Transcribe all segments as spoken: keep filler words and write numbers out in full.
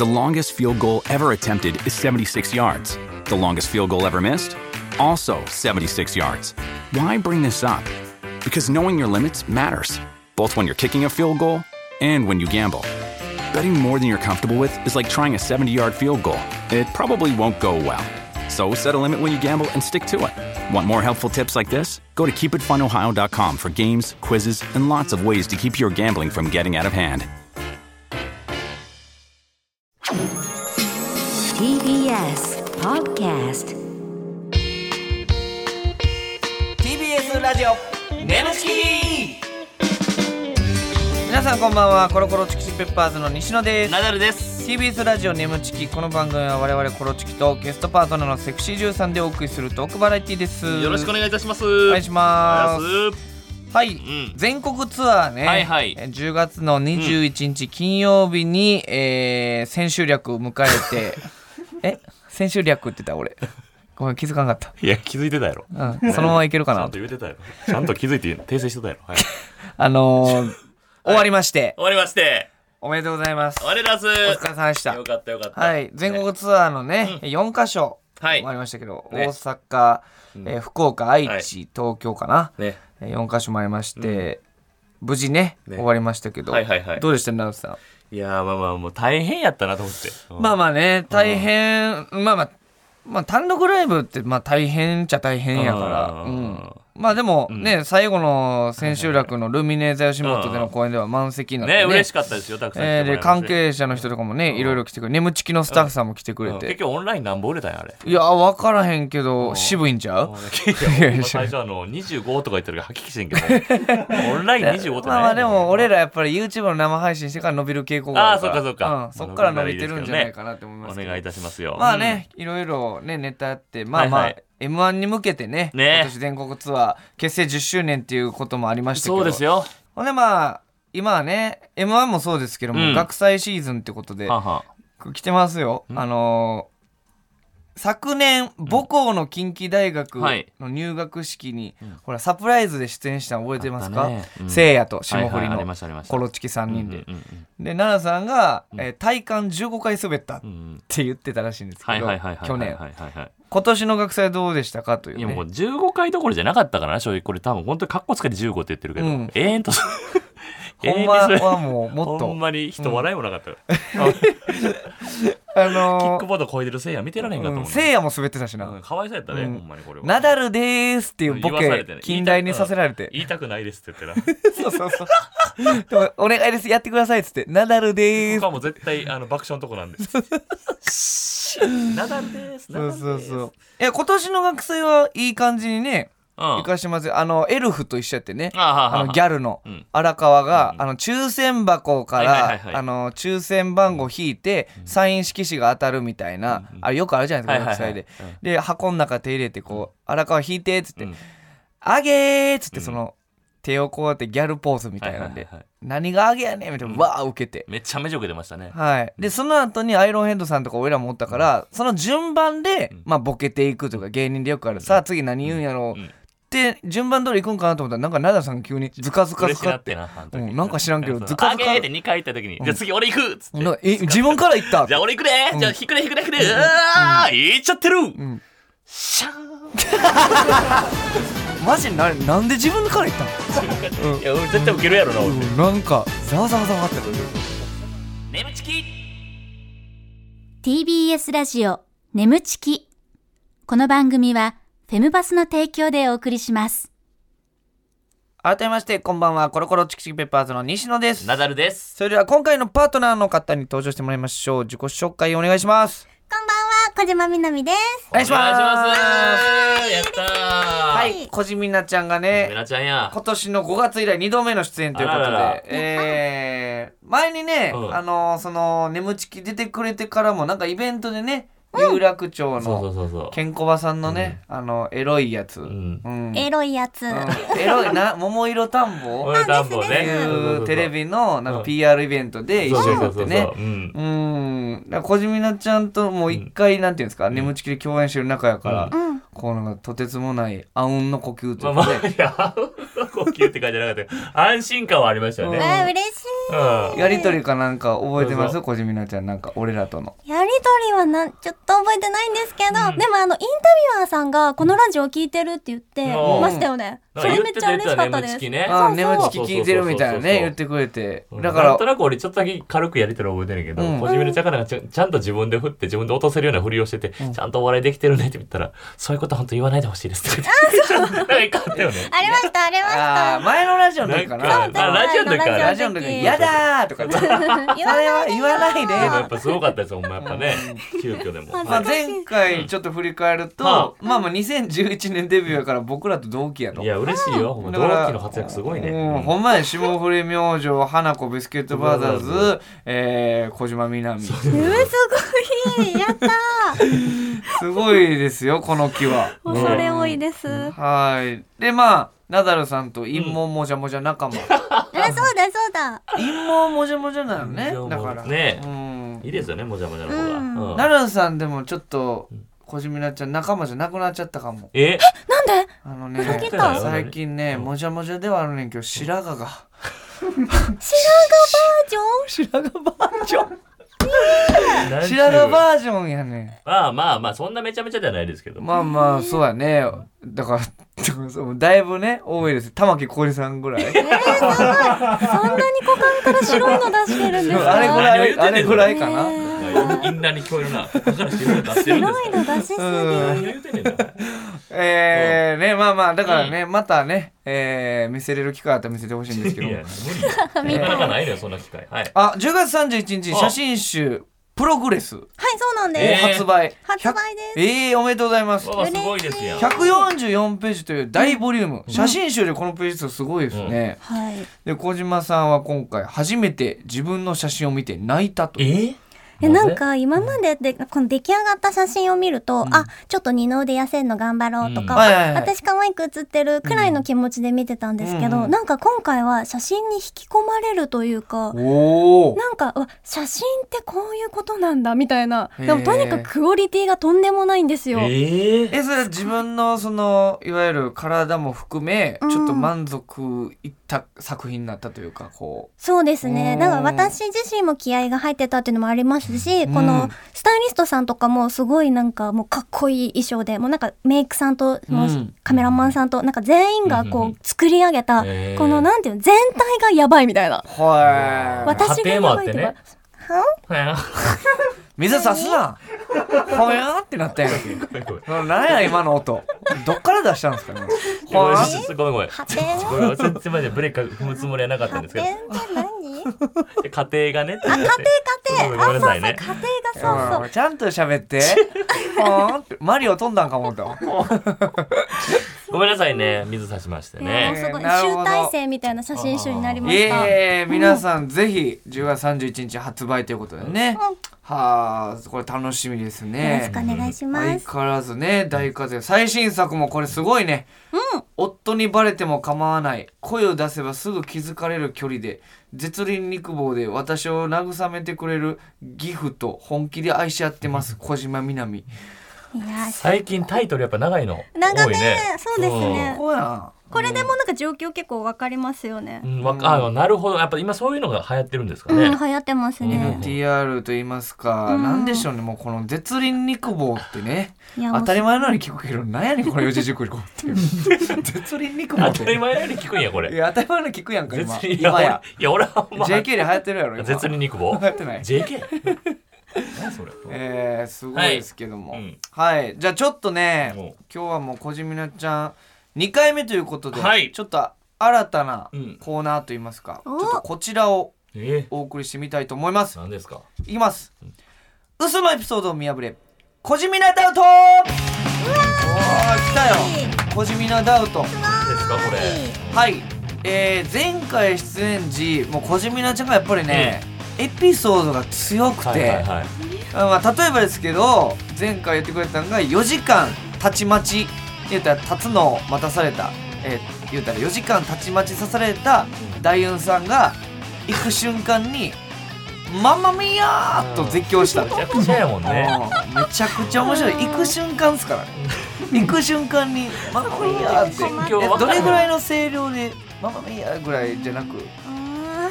The longest field goal ever attempted is seventy-six yards. The longest field goal ever missed? Also seventy-six yards. Why bring this up? Because knowing your limits matters, both when you're kicking a field goal and when you gamble. Betting more than you're comfortable with is like trying a seventy-yard field goal. It probably won't go well. So set a limit when you gamble and stick to it. Want more helpful tips like this? Go to keep it fun ohio dot com for games, quizzes, and lots of ways to keep your gambling from getting out of hand. ティービーエス Podcast ティービーエス ラジオネムチキ。皆さんこんばんは。コロコロチキチペッパーズの西野です。 ナダルです。 ティービーエス ラジオネムチキ。この番組は我々コロチキとゲストパートナーのセクシージューさんでお送りするトークバラエティです。 よろしくお願いいたします。 お願いします。はい、 うん、 全国ツアーね、はいはい、じゅうがつのにじゅういちにち金曜日に、えー、千秋楽迎えてえ千秋楽って言った俺ごめん気づかなかった。 いや気づいてたやろ、 うん、そのままいけるかな。 ちゃんと言ってたやろ。ちゃんと気づいて訂正してたやろ、はい、 あのーはい、終わりまして終わりましておめでとうございます。 おめでとうございます。 お疲れ様でした。 よかったよかった。 はい、全国ツアーのね、うん、よんかしょ終わりましたけど、はい、大阪、ねえー、福岡、愛知、はい、東京かな、ね、よんかしょもありまして、うん、無事 ね, ね終わりましたけど、はいはいはい、どうでしたナウさん。 いやまあまあもう大変やったなと思って、 うん、まあまあね大変、うん、まあまあまあ単独ライブってまあ大変っちゃ大変やから、うん、まあでもね、うん、最後の千秋楽のルミネ座吉本での公演では満席になって ね, ね嬉しかったですよ。たくさん来てもらいまして、えー、で関係者の人とかもね、うん、いろいろ来てくれ、眠ちきのスタッフさんも来てくれて、うんうん、 結局オンライン何本売れたんやあれ。 いや分からへんけど、うん、渋いんちゃう。 最初あのにじゅうごとか言ってるから吐き気してんけどオンラインにじゅうごとかね。 まあまあでも俺らやっぱり YouTube の生配信してから伸びる傾向があるから、 ああそうかそうか、 うん、そっから伸びてるんじゃないかなって思いますけど、 お願いいたしますよ。 まあね、いろいろねネタやってまあまあ、はいはい、エムワン に向けて ね, ね今年全国ツアー結成じゅっしゅうねんっていうこともありましたけど、 そうですよ。 ほんでまあ今はね エムワン もそうですけども、うん、学祭シーズンってことではは来てますよ。あのー、昨年母校の近畿大学の入学式に、うん、ほらサプライズで出演したの覚えてますか、ねうん、せいやと霜降りのコロチキさんにんで、うんうんうんうん、で奈良さんが、えー、体感じゅうごかい滑ったって言ってたらしいんですけど、去年今年の学祭どうでしたかという、ね、 いやもうじゅうごかいどころじゃなかったからな正直。これ多分本当にカッコつけてじゅうごって言ってるけど、うん、永遠とほんまはもうもっとほんまに人笑いもなかった、うんあのー、キックボード超えてるせいや見てられへんかったもんね、 うん、せいやも滑ってたしな、 うん、かわいそうやったね、うん、ほんまにこれは。ナダルでーすっていうボケ近代にさせられて、 言いたくないですって言ってなそうそうそうでもお願いですやってくださいっつってナダルでーす。 他も絶対あの爆笑のとこなんですナダルでーす。 そうそうそう。いや今年の学生はいい感じにね行かしてますよ。あのエルフと一緒やってね、ああのギャルの荒川が、うん、あの抽選箱から、はいはいはいはい、あの抽選番号引いて、うん、サイン色紙が当たるみたいな、うん、あれよくあるじゃないですか、学祭で、はいはいはい、で箱の中手入れてこう荒川引いてっつって、うん、あげーっつってその、うん、手をこうやってギャルポーズみたいなんで、はいはいはい、何があげやねんみたいな、うん、わー受けてめちゃめちゃ受けてましたね。 はい。でその後にアイロンヘッドさんとか俺らもおったから、うん、その順番で、うん、まあボケていくとか芸人でよくある、うん、さあ次何言うんやろう、うんで順番通り行くんかなと思ったらなんかナダルさん急にズカズカズカってな、うん、なんか知らんけどズカズカあげーってにかい言った時に、うん、じゃあ次俺行くっつってえ自分から行ったじゃあ俺行くで、うん、じゃあ引くで引くで引くで、うん、うわー行っちゃってる、うん、シャーンマジななんで自分から行ったの、うん、いや絶対受けるやろな、うん、 なんかざわざわざわって眠ちきティービーエス ラジオ眠ちき。この番組はフェムバスの提供でお送りします。 改めましてこんばんは。コロコロチキチキペッパーズの西野です。 ナダルです。 それでは今回のパートナーの方に登場してもらいましょう。自己紹介お願いします。 こんばんは、小島みなみです。 お願いします。 お願いします。やったー。 はい、小島みなちゃんがね、 みなちゃんや今年のごがつ以来にどめの出演ということで、 あらららえー、前にね、うん、あのその眠ちき出てくれてからもなんかイベントでね、有楽町のケンコバさんのね、うん、あのエロいやつ、うんうん、エロいやつ、うん、 エロいな桃色田んぼ桃色田んぼねいうテレビのなんか ピーアール イベントで一緒になってね、うん、小島なちゃんともう一回なんていうんですか、うん、眠ちきで共演してる仲やから、うん、 このとてつもないあうんの呼吸というかね、 まあまあ、いやあうんの呼吸って感じじゃなかった安心感はありましたよね、 えー、嬉しい、 うん、やりとりかなんか覚えてます？こじみなちゃん、なんか俺らとのやりとりはなちょっと覚えてないんですけど、うん、でもあのインタビュアーさんがこのラジオ聞いてるって言ってましたよね、うん、それめっちゃ嬉しかったです。 ね、ああ、眠ちき聞いてるみたいなね、言ってくれて。 だから、なんとなく俺ちょっとだけ軽くやりとり覚えてるけど、こじみのちゃんがちゃんと自分で振って自分で落とせるようなふりをしてて、うん、ちゃんとお笑いできてるねって言ったら、そういうこと本当言わないでほしいですって言って。なんかいかったよね。 ありましたありました。 前のラジオの時かな。 あ、ラジオの時かラジオの時やだーとか。それは言わないで。 やっぱすごかったですよ、ほんまやっぱね。急遽でも。 まあ前回ちょっと振り返ると、まあまあにせんじゅういちねんデビューやから僕らと同期やと。 いや嬉しいよ。同期の活躍すごいね。 うん、ほんまに霜降り明星、花子ビスケットブラザーズ、えー、小島みなみ。すごい、やったー。 すごいですよこの木は。 恐れ多いです。 はい。でまあナダルさんと陰謀もじゃもじゃ仲間。 え、そうだそうだ。 陰謀もじゃもじゃなのね。だからね、うん、いいですよねもじゃもじゃの方が。うん、 ナダルさんでもちょっと。小じみなちゃん仲間じゃなくなっちゃったかも。 えなんで？ あのね最近ね、もじゃもじゃではあるねんけど白髪が白髪バージョン？ 白髪バージョン白髪バージョンやね。 まあまあまあそんなめちゃめちゃではないですけど、 まあまあそうやね。だからだいぶね多いです。玉置浩二さんぐらい。えー、そんなに股間から白いの出してるんですか？ あれぐらいあれぐらいかな。 インナーに聞こえるな。白いの出してるんですか？ 白いの出しすぎ。 何言うてんねんな。 えーねまあまあだからね、またね、えー、見せれる機会あったら見せてほしいんですけど。いや無理。なかなかないのよそんな機会。はい。 あ、じゅうがつさんじゅういちにち写真集プログレス。 はい、そうなんです。 発売。 発売です。 えー、おめでとうございます。 すごいですよ。 ひゃくよんじゅうよんページという大ボリューム。写真集でこのページ数すごいですね。 はい。 で、小島さんは今回初めて自分の写真を見て泣いたと。 えーえなんか今まででこの出来上がった写真を見ると、うん、あちょっと二の腕痩せんの頑張ろうとか、うんはいはいはい、私可愛く写ってるくらいの気持ちで見てたんですけど、うん、なんか今回は写真に引き込まれるというか、 おなんか写真ってこういうことなんだみたいな。でもとにかくクオリティがとんでもないんですよ。 えー、えそれ自分のそのいわゆる体も含め、うん、ちょっと満足いった作品になったというかこう。 そうですね。だから私自身も気合が入ってたっていうのもありますし、このスタイリストさんとかもすごいなんかもうかっこいい衣装でもうなんかメイクさんともうカメラマンさんとなんか全員がこう作り上げたこのなんていうの全体がやばいみたいな。私がやばいとか。 水さすなほやーってなったやんけ。何や今の音どっから出したんですかね。 ごめんごめんごめん全然前でブレーキ踏むつもりはなかったんですけど家庭がねあ家庭家庭ごめんなさいね。 家庭がそうそうちゃんと喋ってマリオ飛んだんかもとごめんなさいね水差しましてね。 すごい集大成みたいな写真集になりました。 えー、皆さんぜひじゅうがつさんじゅういちにち発売ということでね、うん、はあこれ楽しみですね。 よろしくお願いします。 相変わらずね大活躍。最新作もこれすごいね、 うん、 夫にバレても構わない声を出せばすぐ気づかれる距離で絶倫肉棒で私を慰めてくれるギフと本気で愛し合ってます小島みなみ。 いや最近タイトルやっぱ長いの長め、 多いね。 そうですね。 こうやこれでもなんか状況結構わかりますよね。 うん、わあなるほど。やっぱ今そういうのが流行ってるんですかね。 うん、流行ってますね。 エヌティーアール と言いますか、うん、なんでしょうね。もうこの絶倫肉棒ってね当たり前のように聞くけどなんやねんこの四字熟語っていう絶倫肉棒って当たり前のように聞くんやこれ。 いや当たり前のように聞くやんか今今や。いや俺は、 まあ、ジェーケー で流行ってるやろ今。 絶倫肉棒流行ってないジェーケー 何それ。 えー、すごいですけども、はいうんはい、じゃあちょっとね今日はもう小島ちゃんにかいめということで、はい、ちょっと新たなコーナーといいますか、うん、ちょっとこちらをお送りしてみたいと思います。 何ですか。 いきます、うん、嘘のエピソードを見破れ小島ダウト。うわー来たよ小島ダウト。 何ですかこれ。 はい、えー、前回出演時もう小島ちゃんがやっぱりね、うん、エピソードが強くて、はいはいはい、まあ、例えばですけど前回言ってくれたのがよじかんたちまち言ったら立つのを待たされた、えー、言ったらよじかんたちまちさされた大雲さんが行く瞬間にマンマミヤーと絶叫した。 めちゃくちゃやもんね。 めちゃくちゃ面白い。行く瞬間ですからね。 行く瞬間にママミヤって今日はどれぐらいの声量でママミヤぐらいじゃなく、 うーんママ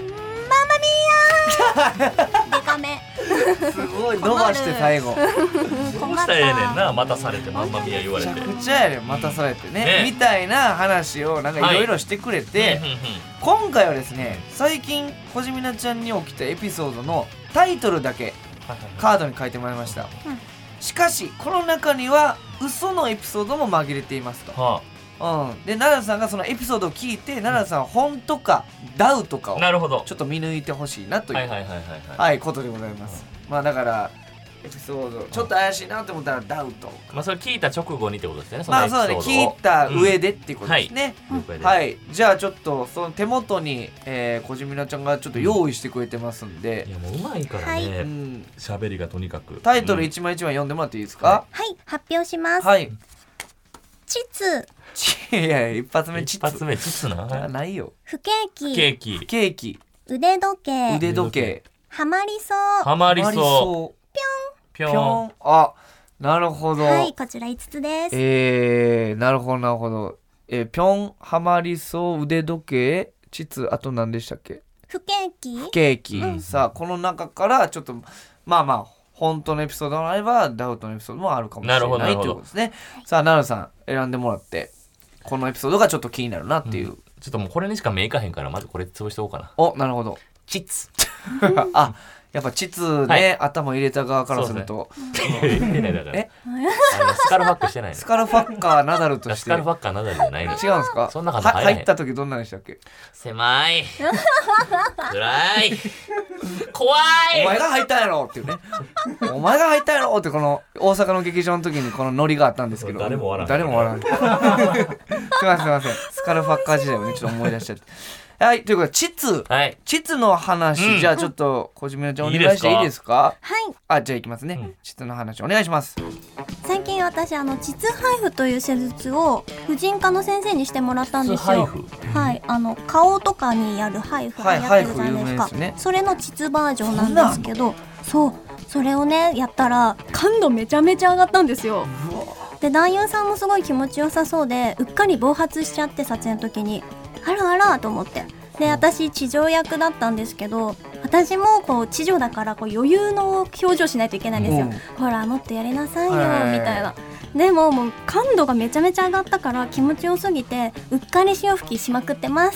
ミヤーデカめすごい伸ばして最後どうしたらええねんな、待たされてマンマミヤ言われて。 めちゃくちゃやねん待たされてね、 ねみたいな話をなんかいろいろしてくれて、 うんうんうん今回はですね最近こじみなちゃんに起きたエピソードのタイトルだけカードに書いてもらいました、 うんしかしこの中には嘘のエピソードも紛れていますと、 はうん、で奈良さんがそのエピソードを聞いて奈良さんは本当かダウトかあ、 をなるほど。 ちょっと見抜いてほしいなという、 はいはいはいはいはい。 はい、ことでございます、まあだからエピソードちょっと怪しいなと思ったらダウト、 まあそれ聞いた直後にってことですね。 まあそうだね聞いた上ででっていうことですね、 了解です。 はい、じゃあちょっとその手元に、えー、こじみなちゃんがちょっと用意してくれてますんでい、やもううまいからはうね、 ん、 喋りがとにかく。 タイトルうん一枚一枚読んでもらっていいですか、 はい発表します、 はい膣ちいやいや一発目一発目膣な。 あないよ不景気ケーキ。 ケーキ腕時計腕時計ハマりそうハマりありそう。 ぴぴょん。 ょんあなるほど、 はいこちらいつつですえー、なるほどなるほど、えー、ぴょんはまりそう腕時計膣あと何でしたっけ不景気ケーキ、 うんさあこの中からちょっとまあまあ本当のエピソードもあればダウトのエピソードもあるかもしれなるほどないなるほどということですね。さあ奈良さん選んでもらってこのエピソードがちょっと気になるなっていう、 ちょっともうこれにしか目いかへんからまずこれ潰しておこうかな。 おなるほど膣。 あやっぱ膣ね、 はい頭入れた側からすると言ってないだから。 えあのスカルファックしてないの。 スカルファッカーナダルとしてスカルファッカーなだりじゃないの。 違うんですかそんな感じ入らへんは入った時どんなんでしたっけ狭い。暗い。怖い。 お前が入ったんやろっていうねお前が入ったんやろってこの大阪の劇場の時にこのノリがあったんですけど誰も笑わん誰も笑わんすいませんすいませんスカルファッカー時代をねちょっと思い出しちゃってはいということで膣はい。 膣の話、 うんじゃあちょっと小島ちゃんお願いしていいですかはいあじゃあいきますね、 うん膣の話お願いします最近私あの膣配布という施術を婦人科の先生にしてもらったんですよ膣配布。 はいあの顔とかにやる配布がやってるじゃないですか、 はい配布有名ですねそれの膣バージョンなんですけどそうそれをねやったら感度めちゃめちゃ上がったんですよで男優さんもすごい気持ちよさそうでうっかり暴発しちゃって撮影の時にあらあらと思ってで私地上役だったんですけど私もこう地上だからこう余裕の表情しないといけないんですよ、ほらもっとやりなさいよみたいなでももう感度がめちゃめちゃ上がったから気持ちよすぎてうっかり潮吹きしまくってます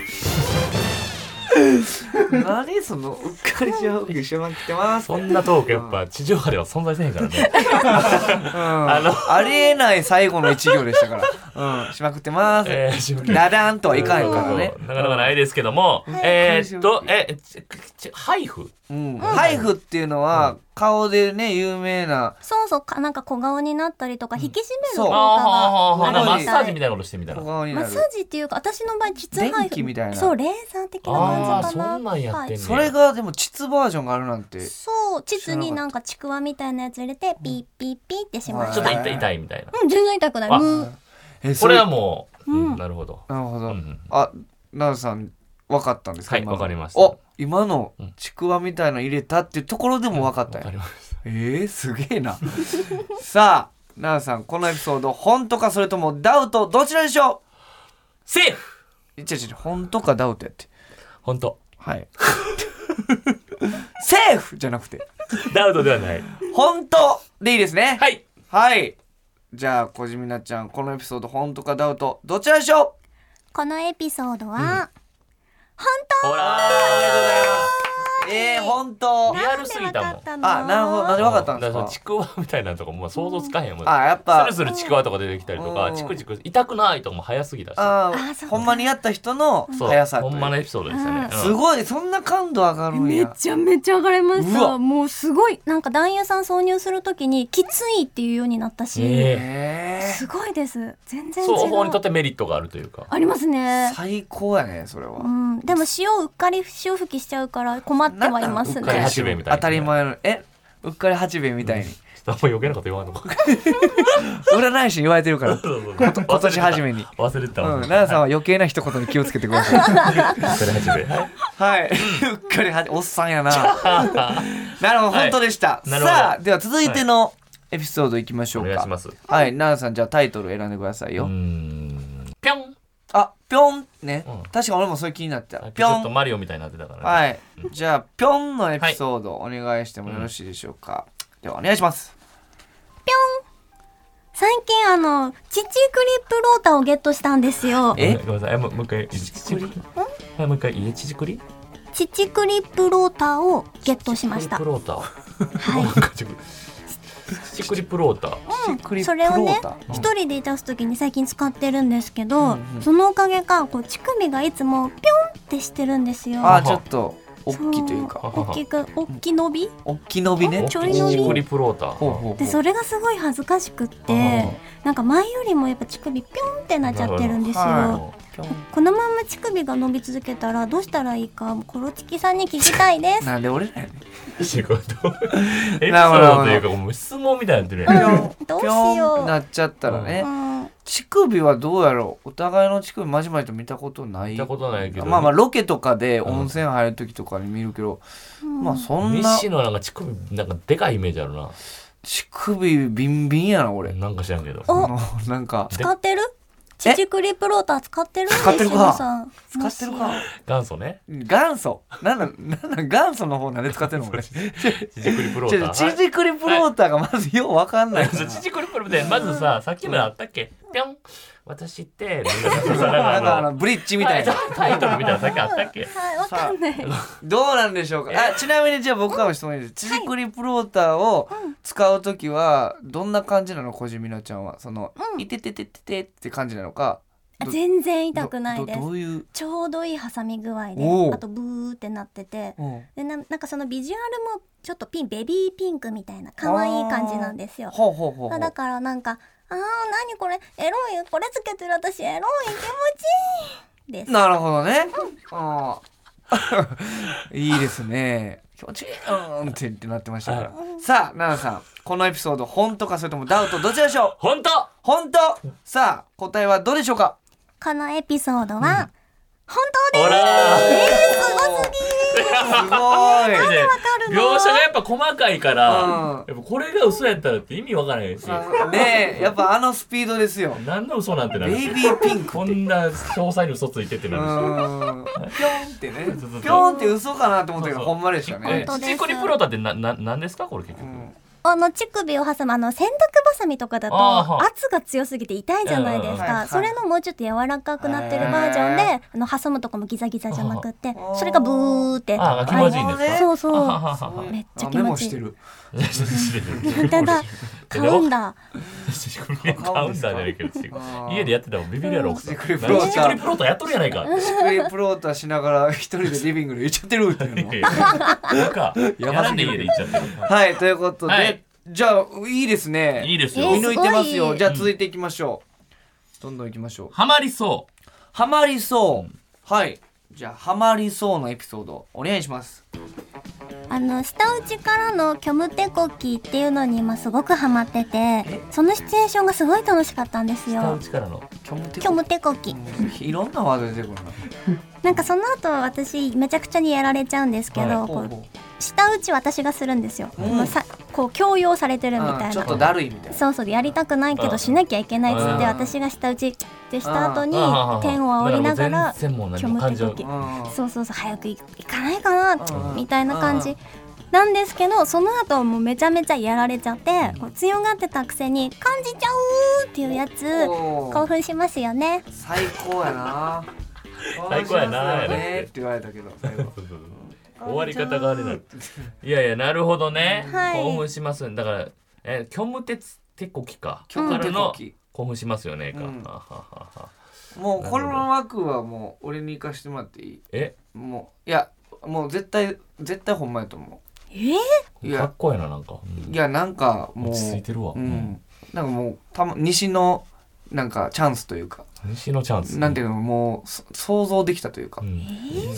何そのうっかりしようしまってますそんなトークやっぱ地上波では存在せへんからね。 あのありえない最後の一行でしたからうんしまくってます、 えー、しぶきダダンとはいかんからねなかなかないですけども、えーっとえちち配布うん、ハイフっていうのは顔でね有名なそうそうかなんか小顔になったりとか引き締めるそう効果あがあるみたいあマッサージみたいなことしてみたい小な。 顔になるマッサージっていうか私の場合膣配電気みたいなそうレーザー的なああ感じかなそんなんやってんねや。 それがでも膣バージョンがあるなんてそう膣になんかちくわみたいなやつ入れてピッピッピッってしましたちょっと痛い痛いみたいな。 うん全然痛くないあムーえこれはもう、 うんうんなるほど。 なるほど、 うんあなるさん分かったんですかはい今の分かりましたお今のうんちくわみたいなの入れたっていうところでも分かったよ、 わかります。 えー、すげえなさあなるさんこのエピソード本当かそれともダウトどちらでしょセーフ。 う違う違う本当かダウトやって本当。 はいセーフじゃなくてダウトではない。 本当でいいですねはい。 はいじゃあこじみなちゃんこのエピソード本当かダウトどちらでしょこのエピソードは、 うん本ほらうえー、本当リアルすぎたもん。 当たのあなるほどなんで分かったんですかだらちくわみたいなのとかもう想像つかへんもん。 あやっぱスルスルちくわとか出てきたりとか、 うんチクチク痛くないとかも早すぎだし。 ああそうかほんまにやった人のそう速さというほんまのエピソードでしたね。 すごいそんな感度上がるんめやちゃめちゃ上がりましうわたもうすごいなんか男優さん挿入するときにきついっていうようになったし、 ええすごいです全然違双方にとうってメリットがあるというか。 ありますー、 ね最高やねそれは、 うん、でも塩うっかり塩吹きしちゃうから困ってはいますうっかりね八兵衛みたいな当たり前のえうっかり八兵衛みたいに、 ちょっとあんま余計なこと言わんのか。 占い師に言われてるからそうそうこと今年初めに忘れてたわ。 うん、奈良さんは余計な一言に気をつけてくださいそれ八兵衛。はい。 はい、うっかりはおっさんやななるほど、 はい本当でしたなるほどさあでは続いての、 エピソードいきましょうか。 お願いします。 はい、奈々さんじゃあタイトル選んでくださいよ。うーん、ぴょん。 あ、ぴょんね、うん、確か俺もそれ気になった。 ぴょん。ちょっとマリオみたいになってたからね。 はい、じゃあぴょんのエピソードお願いしてもよろしいでしょうか。はい、ではお願いします。 ぴょん。最近あのチチクリプロータをゲットしたんですよ。 え、ごめんなさい、もう一回。チチクリ？はい、もう一回いい？チチクリ？ チチクリプロータをゲットしました。 チチクリプローター。 はい。 チチクリプローター。うん、それをね、一人でいたすときに最近使ってるんですけど、うんうん、そのおかげかこう乳首がいつもピョンってしてるんですよ。 あ、ちょっと。大きというか大きく大き伸び大き伸びねちょい伸びチチクリプローターでそれがすごい恥ずかしくってなんか前よりもやっぱ乳首ピョンってなっちゃってるんですよ、はい、このまま乳首が伸び続けたらどうしたらいいかコロチキさんに聞きたいですなんで俺らやねん仕事エピソードというかもう質問みたいになってるやん、 うん、どうしようなっちゃったらね、 うん乳首はどうやろうお互いの乳首まじまじと見たことない見たことないけどまあまあロケとかで温泉入る時とかに見るけど、うん、まあそんな西野なんか乳首なんかでかいイメージあるな乳首ビンビンやな俺なんか知らんけどなんか使ってるチチクリプローター使ってる使ってるか使ってるか元祖ね元祖なんだなんだ元祖の方なんで使ってるの俺チチクリプローターチチクリプローターがまずようわかんないチチクリプローターまずささっきのあったっけぴょん私ってなんかあのブリッジみたいなタイトルみたいなさっきあったっけはいわかんないどうなんでしょうかあちなみにじゃあ僕からも質問いいですチチクリプローターを使うときはどんな感じなの小島みなちゃんはその、うん、いてててててって感じなのか全然痛くないです。 どういうちょうどいい挟み具合であとブーってなっててで な, なんかそのビジュアルもちょっとピンベビーピンクみたいな可愛い感じなんですよ。 ほうほうほうほうだからなんかあー何これエロいこれつけてる私エロい気持ちいいです。 なるほどね、うん、あいいですね気持ちいいうんってってなってましたから、うん、さあ奈々さんこのエピソード本当かそれともダウトどちらでしょう本当本当さあ答えはどうでしょうかこのエピソードは、うん、本当ですほらー、 えー、すごすぎすごいなんでわかるの描写がやっぱ細かいから、うん、やっぱこれが嘘やったらって意味わからないしねえやっぱあのスピードですよ何の嘘なんてなるしベイビーピンクこんな詳細に嘘ついてってなるしピョンってねピョンって嘘かなと思ったけどほんまでしたねチチクリプロタってなな何ですかこれ結局、うんあの乳首を挟むあの洗濯バサミとかだと圧が強すぎて痛いじゃないですか。それのもうちょっと柔らかくなってるバージョンであの挟むとかもギザギザじゃなくってそれがブーってあ気持ちいいんですか。 そうそうめっちゃ気持ちいい。 してるただ買うんだ買うんだじゃないけど家でやってたもんビビるやろ。チクリプローターやっとるやないか。 チクリプローターしながら一人でリビングで言っちゃってるっていうのなんかやらんで家で言っちゃってる。 はいということでじゃあいいですねいいですよ見抜いてますよ。じゃあ続いていきましょうどんどんいきましょう。 ハマりそうハマりそうはいじゃあハマりそうのエピソードお願いします。 あの下打ちからのキョムテコキっていうのに今すごくハマっててそのシチュエーションがすごい楽しかったんですよ。 下打ちからのキョムテコキ、うん、 いろんなワード出てくるななんかその後私めちゃくちゃにやられちゃうんですけど、はい、こう下打ち私がするんですよ、うん、さこう強要されてるみたいな、 ちょっとだるいみたいなそうそうやりたくないけどしなきゃいけないっつって私が下打ちってした後に天を仰りながらキョムテコキそうそうそう早く行かないかなみたいな感じなんですけどその後もうめちゃめちゃやられちゃってこう強がってたくせに感じちゃうっていうやつ興奮しますよね。 最高やな最高やなやねって言われたけど最後終わり方があれなるいやいやなるほどね、 はい、 興奮しますだからえキョムテコキかキョからの興奮しますよねか、うん、はははもうこの枠はもう俺に行かしてもらっていいえもういやもう絶対絶対ほんまやと思うえー、いやかっこいいななんか、 うん、いやなんかもう落ち着いてるわ、 うん、なんかもうた、ま、西のなんかチャンスというか西のチャンスなんていうのもう想像できたというか、 うん、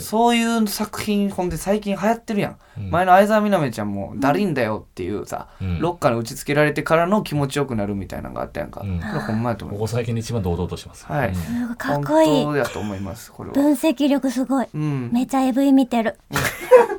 そういう作品ほんで最近流行ってるやん、うん、前の相沢みなみちゃんもだるいんだよっていうさ、うん、ロッカーに打ち付けられてからの気持ちよくなるみたいなのがあったやんか、うん、これほんまやと思います。 ここ最近で一番堂々とします、 はい、 うん、かっこいい本当やと思いますこれは分析力すごい、 うん、 めちゃ エーブイ 見てる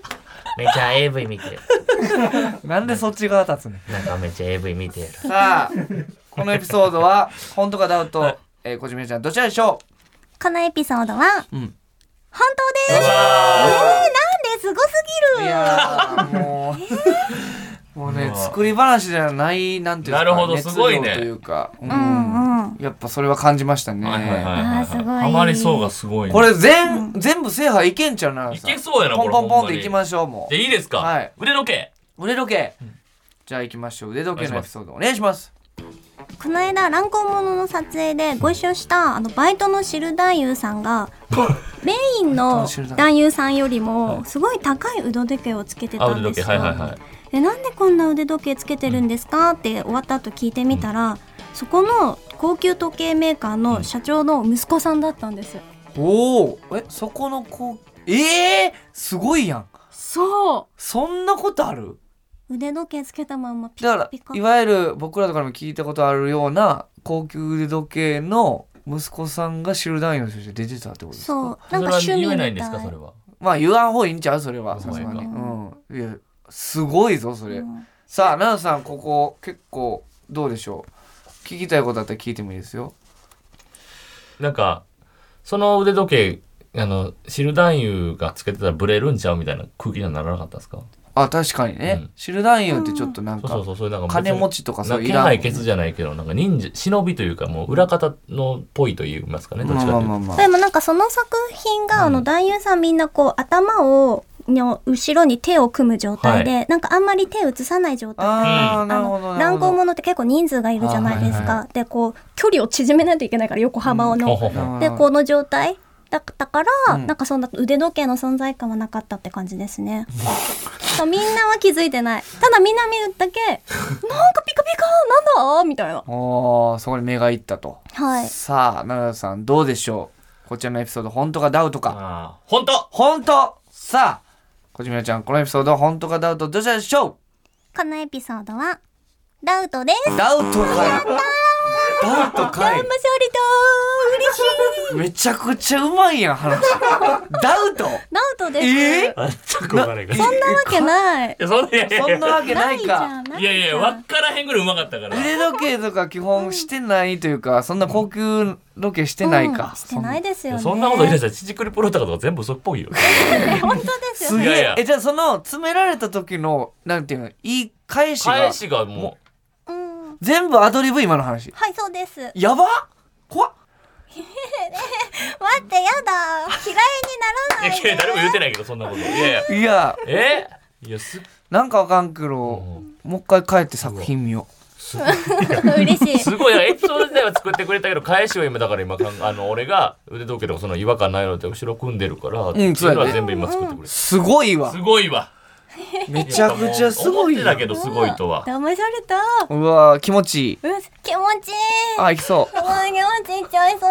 めっちゃ エーブイ 見てる。 なんでそっち側立つね。 なんかめっちゃ エーブイ 見てる。 さあこのエピソードは本当かダウト、えー、こじめちゃんどちらでしょう。 このエピソードは、うん、本当です。えー、なんですごすぎる。 いやーもう、えー、もうね作り話じゃないなんていうか、 なるほどすごいね熱量というか、うんうんうん、 やっぱそれは感じましたね。 はいはいはいはい、 あーすごい。 ハマりそうがすごい、ね。 これ全、うん、全部制覇いけんちゃうな。 いけそうやな。 ポンポンポンっていきましょう。もうでいいですか。はい、腕時計腕時計、うん、じゃあいきましょう。腕時計のエピソードお願いします。 この間乱行者の撮影でご一緒したあのバイトの汁男優さんがこうメインの男優さんよりもすごい高い腕時計をつけてたんですよ。 はいはいはい、 えなんでこんな腕時計つけてるんですかって終わった後聞いてみたら、うん、そこの高級時計メーカーの社長の息子さんだったんです。 おお、えそこのこうえー、すごいやん。 そうそんなことある。 腕時計つけたまんまピカピカ。 だからいわゆる僕らとかでも聞いたことあるような高級腕時計の息子さんが汁男優として出てたってことですか。 そうなんか趣味みたい。 言えないんですかそれは。 まあ言わん方がいいんちゃうそれはさすがに、うん、いやすごいぞそれ、うん、さあ奈々さんここ結構どうでしょう。聞きたいことあったら聞いてもいいですよ。 なんかその腕時計あの汁男優がつけてたらブレるんちゃうみたいな空気にはならなかったですか。 あ確かにね、うん、汁男優ってちょっとなんか金持ちとかそういう気配消すじゃないけどなんか忍者忍びというかもう裏方のっぽいと言いますかね。どっちかというと、まあまあまあまあ、 でもなんかその作品が、うん、あの男優さんみんなこう頭をの後ろに手を組む状態で、はい、なんかあんまり手を移さない状態で、あの乱行者って結構人数がいるじゃないですか、はいはい、でこう距離を縮めないといけないから横幅の、うん、でこの状態だったから、うん、なんかそんな腕時計の存在感はなかったって感じですね。みんなは気づいてない。ただみんな見るだけなんかピカピカなんだみたいな。 おーそこに目がいったと、 はい、 さあ奈々さんどうでしょう。こちらのエピソード本当かダウトか。 あ本当本当。さあこじめちゃんこのエピソード本当かダウトどちらでしょう。 このエピソードはダウトです。 ダウトかい。ダウトかい。 騙された嬉しい。 めちゃくちゃうまいやん話。ダウトダウトです。 えー、 あそんなわけない。 そん な, そんなわけないか。 いやいや分からへんぐらいうまかったから。 腕時計とか基本してないというか、うん、そんな高級時計してないか、 うん、してないですよね。 そんなこと言い出したらチチクリプロとかとか全部嘘っぽいよ。 本当ですよね。 すげえ。えじゃあその詰められた時のなんていうのいい返しが返しがもう、うん、全部アドリブ今の話。 はいそうです。 やば怖っ。 待ってやだ嫌いにならないで。 いや誰も言ってないけどそんなこと。いやいやいやえいやすなんかわかんけど、うん、もう一回帰って作品見よう。嬉しい。 すごいエピソード自体は作ってくれたけど返しを今だから今あの俺が腕時計とかその違和感ないのって後ろ組んでるから、うん、 それは全部今作ってくれる、うん、 すごいわすごいわめちゃくちゃすごい。 思ってたけどすごいとは。 騙された。 うわ気持ちいい。 うん、気持ちいい。 あ、いきそう。 うわ気持ちいいっちゃいそう。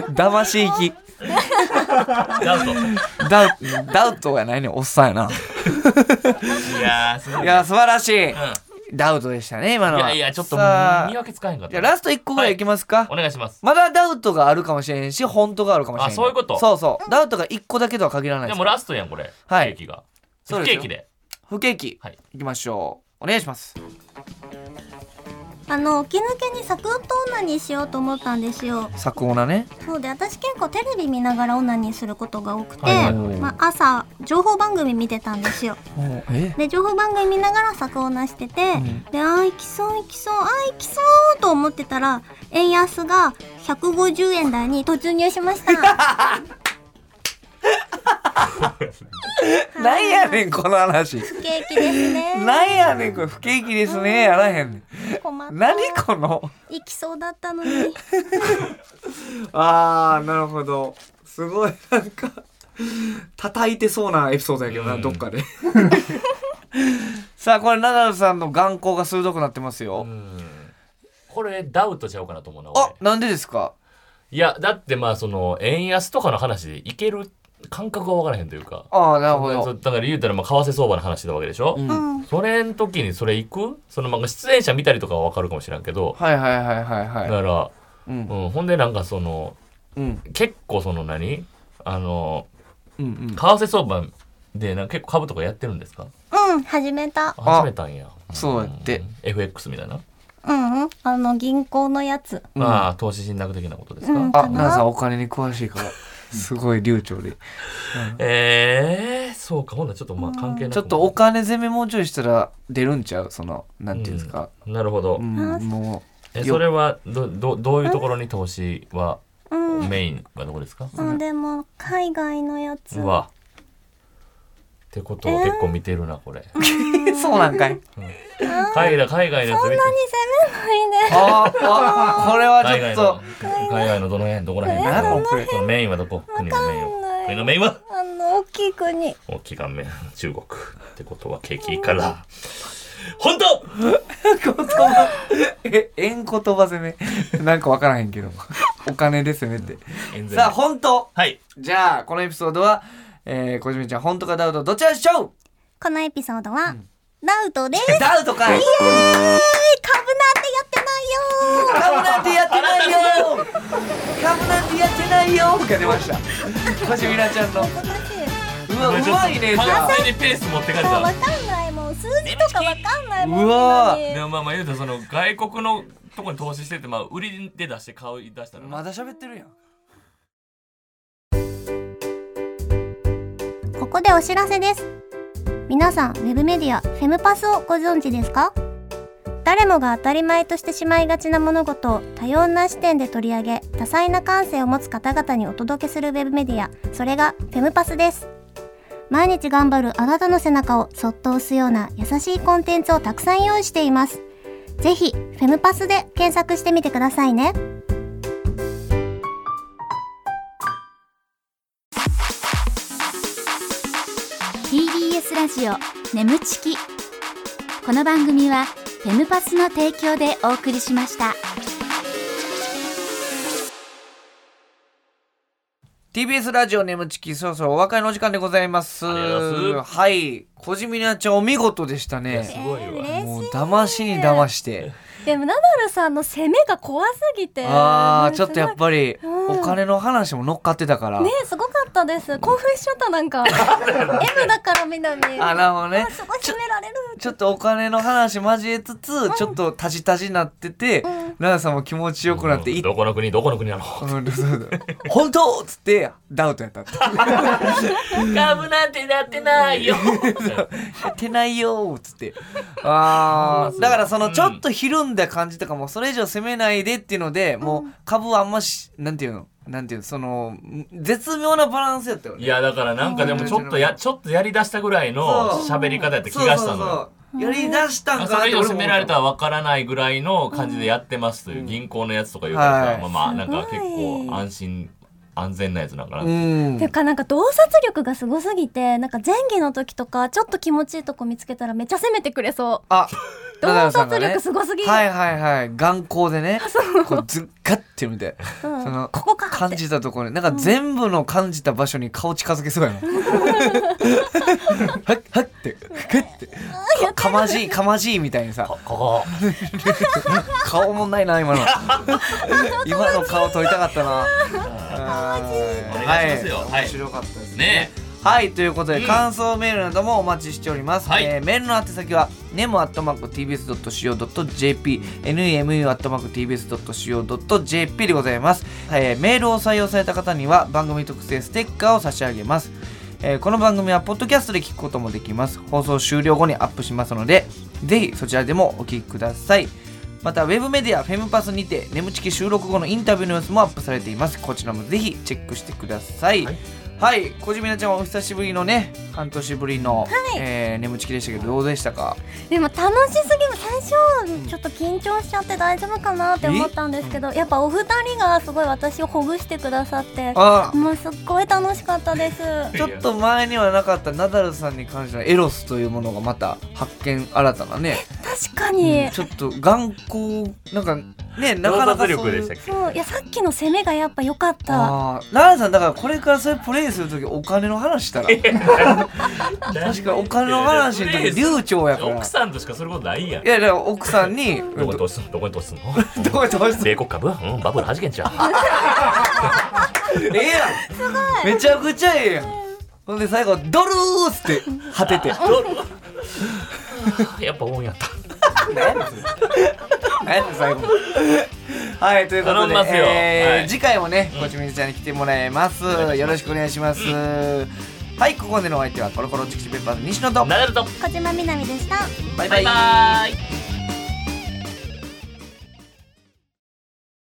騙し行き。 ダウト。 ダウダウトやないねおっさんやな。 いやすごい。 いや素晴らしい。うんダウトでしたね今のは。 いやいやちょっと見分けつかへんかった。 いやラストいっこぐらいいきますか、 はい、お願いします。 まだダウトがあるかもしれんし本当があるかもしれん。 あそういうこと。 そうそうダウトがいっこだけとは限らないです。 でもラストやんこれ。 はい不景気が不景気で不景気、 はい、 いきましょうお願いします。 あの起き抜けにサクッとオナニーしようと思ったんですよ。 サクオナね。 そうで私結構テレビ見ながらオナニーすることが多くて、はいまあ、朝情報番組見てたんですよ。で情報番組見ながらサクオナしてて、うん、であー行きそう行きそうあー行きそうと思ってたら円安がひゃくごじゅうえん台に突入しました。 なんやねんこの話。 不景気ですね。 なんやねんこれ不景気ですね、やらへんねん。何この行きそうだったのに。 あーなるほどすごいなんか叩いてそうなエピソードやけどな、うん、どっかで。さあこれナダルさんの眼光が鋭くなってますよ。うんこれダウトちゃうかなと思うな。 あなんでですか。 いやだってまあその円安とかの話でいける感覚が分からへんというか。 ああなるほど。 だから言うたらまあ為替相場の話なわけでしょ、うん、それの時にそれ行くそのまあ出演者見たりとかは分かるかもしれんけどはいはいはいはいはいだから、うんうん、ほんでなんかその、うん、結構その何あの、うんうん、為替相場でなんか結構株とかやってるんですか？ うん、始めた。 始めたんや。 そうやってエフエックス みたいな。 うんうん、あの銀行のやつ。 うん、ああ、投資信託的なことですか？うん、 あ、奈々さんお金に詳しいからすごい流暢で、うん、 えー、そうか。ほんならちょっとまあ関係ない。 ちょっとお金攻めもうちょいしたら出るんちゃう、そのなんていうんですか、 うん、なるほど、 うん、もうえそれはどどどういうところに投資は、うん、メインはどこですか？ うん、でも海外のやつ。 うわってことは結構見てるな、これ。 そうなんかい、うん、 海外海外のやつ見て。 そんなに攻めないで。 ああ、これはちょっと海外のどの辺、どこら辺、 えー、 そのメインはどこ？国のメインは国のメインはあの大きい国、 大きい顔面中国ってことは景気から本当言葉え円言葉攻めなんか分からへんけどお金で攻めてさあ本当、 はい、 じゃあこのエピソードはえー、こじみちゃん本当かダウトどちらでしょう？ このエピソードは、うん、ダウトです。 ダウトかい。イエーイ、 株なんてやってないよ。 株なんてやってないよ。株なんてやってないよが出ました。こじみなちゃんの。うわ、うまいね。 完全にペース持ってかれた。 わかんない、もう数字とかわかんないもん。 うわ。 でもまあまあ言うとその外国のとこに投資してて、まあ売りで出して買い出したら。 まだ喋ってるやん。 ここでお知らせです。皆さん、ウェブメディアフェムパスをご存知ですか？誰もが当たり前としてしまいがちな物事を多様な視点で取り上げ、多彩な感性を持つ方々にお届けするウェブメディア、それがフェムパスです。毎日頑張るあなたの背中をそっと押すような優しいコンテンツをたくさん用意しています。ぜひフェムパスで検索してみてくださいね。 ティービーエス ラジオ眠ちき。この番組はフェムパスの提供でお送りしました。 ティービーエス ラジオ眠ちき、そろそろお別れのお時間でございます。はい、こじみなちゃんお見事でしたね。 すごいわ。 もう騙しに騙してでもナダルさんの攻めが怖すぎて、 あーちょっとやっぱりお金の話も乗っかってたから、 ね、すごかったです。興奮しちゃった。なんか M だからみんなにあ、なるほどね、 すごい攻められる。 ちょっとお金の話交えつつ、うん、ちょっとタジタジになってて、うん、奈々さんも気持ちよくなって、うん、 どこの国どこの国なの本当っつってダウトやったって株なんてやってないよやってないよっつって、あーだからそのちょっとひるんだ感じとかもそれ以上攻めないでっていうので、うん、もう株はあんましなんていうのなんていうのその絶妙なバランスやったよね。 いやだからなんかでもちょっとやちょっとやりだしたぐらいの喋り方やった気がしたのよ。そうそうそう、やりだしたんかなって。 それ以上攻められたらわからないぐらいの感じでやってますという、うん、銀行のやつとか言うからさ、はい、まあまあなんか結構安心安全なやつなんかな。うん。 ていうかなんか洞察力がすごすぎて、なんか前期の時とかちょっと気持ちいいとこ見つけたらめっちゃ攻めてくれそう。 あ、 洞察力すごすぎ。 はいはいはい。眼光でね、こうズッガッて見て、うん、そのここか感じたところになんか全部の感じた場所に顔近づけそうやもん。はっはってふってかまじいかまじいみたいにさ。ここ顔もないな今の。今の顔撮りたかったな。 お願いしますよ。 はい、面白かったですね。 ね、 はい、ということで、うん、感想メールなどもお待ちしております。はい、えー、メールの宛先は ネム アットマーク ティービーエス ドット シーオー ドット ジェーピー ネム アットマーク ティービーエス ドット シーオー ドット ジェーピー でございます。えー、メールを採用された方には番組特製ステッカーを差し上げます。えー、この番組はポッドキャストで聞くこともできます。放送終了後にアップしますので、ぜひそちらでもお聞きください。またウェブメディアフェムパスにて眠ちき収録後のインタビューの様子もアップされています。こちらもぜひチェックしてください。はい、はい、こじみなちゃんお久しぶりのね、半年ぶりの、はい、えー、眠ちきでしたけどどうでしたか？でも楽しすぎる。最初ちょっと緊張しちゃって大丈夫かなって思ったんですけど、やっぱお二人がすごい私をほぐしてくださって、もうすっごい楽しかったです。ちょっと前にはなかったナダルさんに関してのエロスというものがまた発見、新たなね。確かに、うん、ちょっと眼光なんかね、なかなかそういう、そういやさっきの攻めがやっぱ良かった。ああ、ナダルさんだからこれからそういうプレイするときお金の話したら確かお金の話のとき流暢やから。奥さんとしかすることないやん。いやだから奥さんにどこに投資すんのどこに投資すんのどこに投資すんの米国株、うん、バブルはじけんちゃうええやん、すごいめちゃくちゃええやん。 ほんで最後ドルースって果ててやっぱオンやった何やそれ何や最後はいということで、えーはい、次回もねこちみずちゃんに来てもらいます、うん、よろしくお願いします、うん、はいここまでのお相手はコロコロチキチペッパーズ西野とナダルと小島みなみでした。 バイバイ、バイバイ。